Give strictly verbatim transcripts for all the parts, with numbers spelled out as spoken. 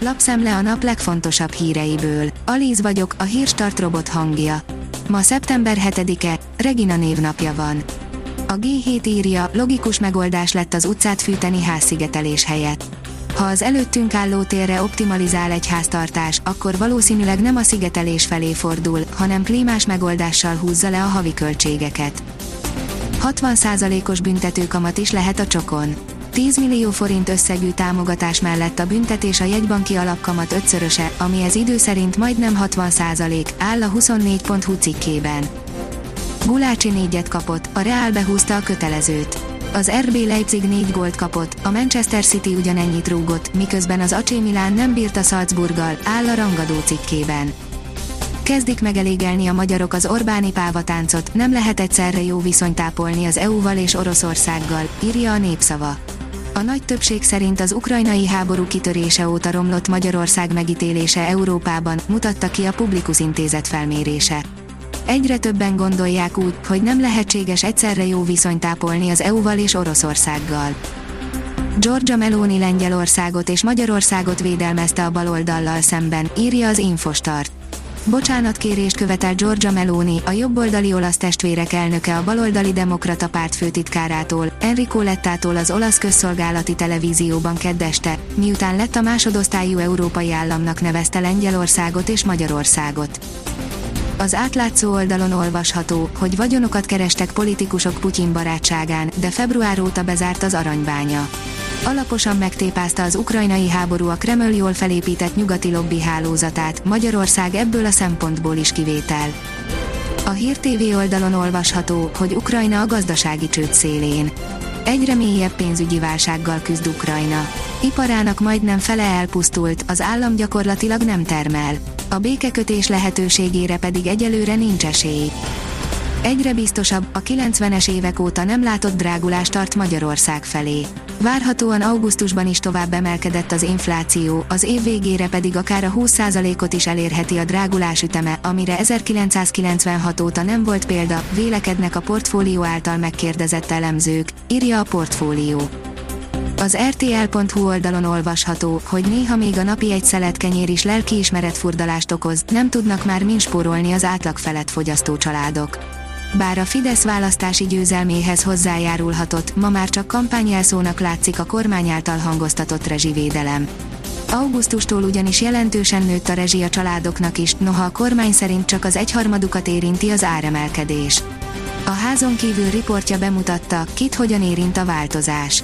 Lapszemle a nap legfontosabb híreiből. Alíz vagyok, a Hírstart robot hangja. Ma szeptember hetedike, Regina névnapja van. A gé hét írja, logikus megoldás lett az utcát fűteni házszigetelés helyett. Ha az előttünk álló térre optimalizál egy háztartás, akkor valószínűleg nem a szigetelés felé fordul, hanem klímás megoldással húzza le a havi költségeket. hatvan százalékos büntetőkamat is lehet a csokon. tíz millió forint összegű támogatás mellett a büntetés a jegybanki alapkamat ötszöröse, ami ez idő szerint majdnem hatvan százalék, áll a huszonnégy pont hu cikkében. Gulácsi négyet kapott, a Real behúzta a kötelezőt. Az er bé Leipzig négy gólt kapott, a Manchester City ugyanennyit rúgott, miközben az á cé Milán nem bírt a Salzburggal, áll a rangadó cikkében. Kezdik megelégelni a magyarok az Orbáni pávatáncot, nem lehet egyszerre jó viszonyt ápolni az é u-val és Oroszországgal, írja a Népszava. A nagy többség szerint az ukrajnai háború kitörése óta romlott Magyarország megítélése Európában, mutatta ki a Publikus Intézet felmérése. Egyre többen gondolják úgy, hogy nem lehetséges egyszerre jó viszonyt ápolni az é u-val és Oroszországgal. Giorgia Meloni Lengyelországot és Magyarországot védelmezte a baloldallal szemben, írja az Infostart. Bocsánatkérést követel Giorgia Meloni, a jobboldali olasz testvérek elnöke a baloldali demokrata párt főtitkárától, Enrico Lettától az olasz közszolgálati televízióban kedd este, miután lett a másodosztályú európai államnak nevezte Lengyelországot és Magyarországot. Az átlátszó oldalon olvasható, hogy vagyonokat kerestek politikusok Putyin barátságán, de február óta bezárt az aranybánya. Alaposan megtépázta az ukrajnai háború a Kreml jól felépített nyugati lobby hálózatát, Magyarország ebből a szempontból is kivétel. A Hír té vé oldalon olvasható, hogy Ukrajna a gazdasági csőd szélén. Egyre mélyebb pénzügyi válsággal küzd Ukrajna. Iparának majdnem fele elpusztult, az állam gyakorlatilag nem termel. A békekötés lehetőségére pedig egyelőre nincs esély. Egyre biztosabb, a kilencvenes évek óta nem látott drágulás tart Magyarország felé. Várhatóan augusztusban is tovább emelkedett az infláció, az év végére pedig akár a húsz százalékot is elérheti a drágulás üteme, amire ezerkilencszázkilencvenhat óta nem volt példa, vélekednek a Portfólió által megkérdezett elemzők, írja a Portfólió. Az er té el pont hu oldalon olvasható, hogy néha még a napi egy szelet kenyér is lelkiismeretfurdalást okoz, nem tudnak már min spórolni az átlag felett fogyasztó családok. Bár a Fidesz választási győzelméhez hozzájárulhatott, ma már csak kampányjelszónak látszik a kormány által hangoztatott rezsivédelem. Augusztustól ugyanis jelentősen nőtt a rezsi a családoknak is, noha a kormány szerint csak az egyharmadukat érinti az áremelkedés. A Házon kívül riportja bemutatta, kit hogyan érint a változás.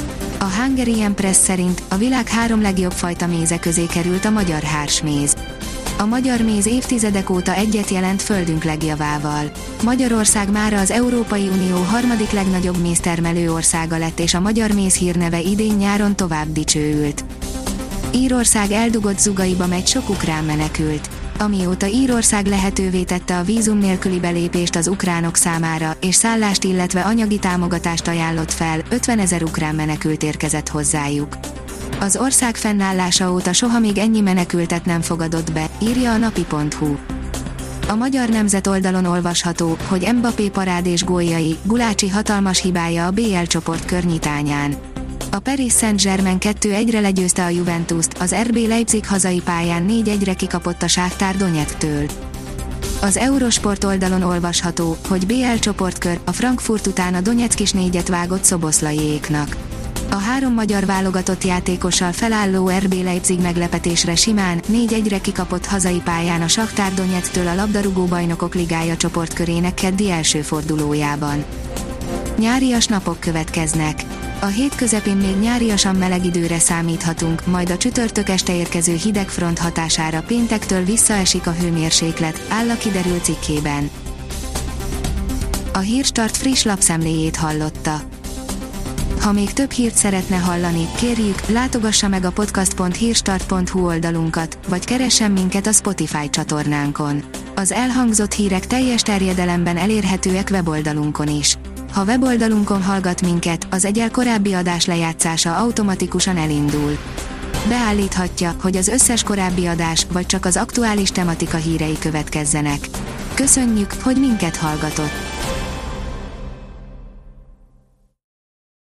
A Hungarian Press szerint a világ három legjobb fajta méze közé került a magyar hársméz. A magyar méz évtizedek óta egyet jelent földünk legjavával. Magyarország mára az Európai Unió harmadik legnagyobb méztermelő országa lett, és a magyar méz hírneve idén nyáron tovább dicsőült. Írország eldugott zugaiba megy sok ukrán menekült. Amióta Írország lehetővé tette a vízum nélküli belépést az ukránok számára, és szállást illetve anyagi támogatást ajánlott fel, ötvenezer ukrán menekült érkezett hozzájuk. Az ország fennállása óta soha még ennyi menekültet nem fogadott be, írja a napi pont hu. A Magyar Nemzet oldalon olvasható, hogy Mbappé parád és góljai, Gulácsi hatalmas hibája a bé el csoport környitányán. A Paris Saint-Germain kettő egyre legyőzte a Juventust, az er bé Leipzig hazai pályán négy egyre kikapott a Sáktár Donyektől. Az Eurosport oldalon olvasható, hogy bé el csoportkör, a Frankfurt után a Donyeck is négyet vágott Szoboszlaiéknak. A három magyar válogatott játékossal felálló er bé Leipzig meglepetésre simán négy egyre kikapott hazai pályán a Saktár Donyektől a labdarúgó bajnokok ligája csoportkörének keddi első fordulójában. Nyárias napok következnek. A hét közepén még nyáriasan meleg időre számíthatunk, majd a csütörtök este érkező hideg front hatására péntektől visszaesik a hőmérséklet, áll a kiderült cikkében. A Hírstart friss lapszemléjét hallotta. Ha még több hírt szeretne hallani, kérjük, látogassa meg a podcast pont hírstart pont hu oldalunkat, vagy keressen minket a Spotify csatornánkon. Az elhangzott hírek teljes terjedelemben elérhetőek weboldalunkon is. Ha weboldalunkon hallgat minket, az egyel korábbi adás lejátszása automatikusan elindul. Beállíthatja, hogy az összes korábbi adás, vagy csak az aktuális tematika hírei következzenek. Köszönjük, hogy minket hallgatott!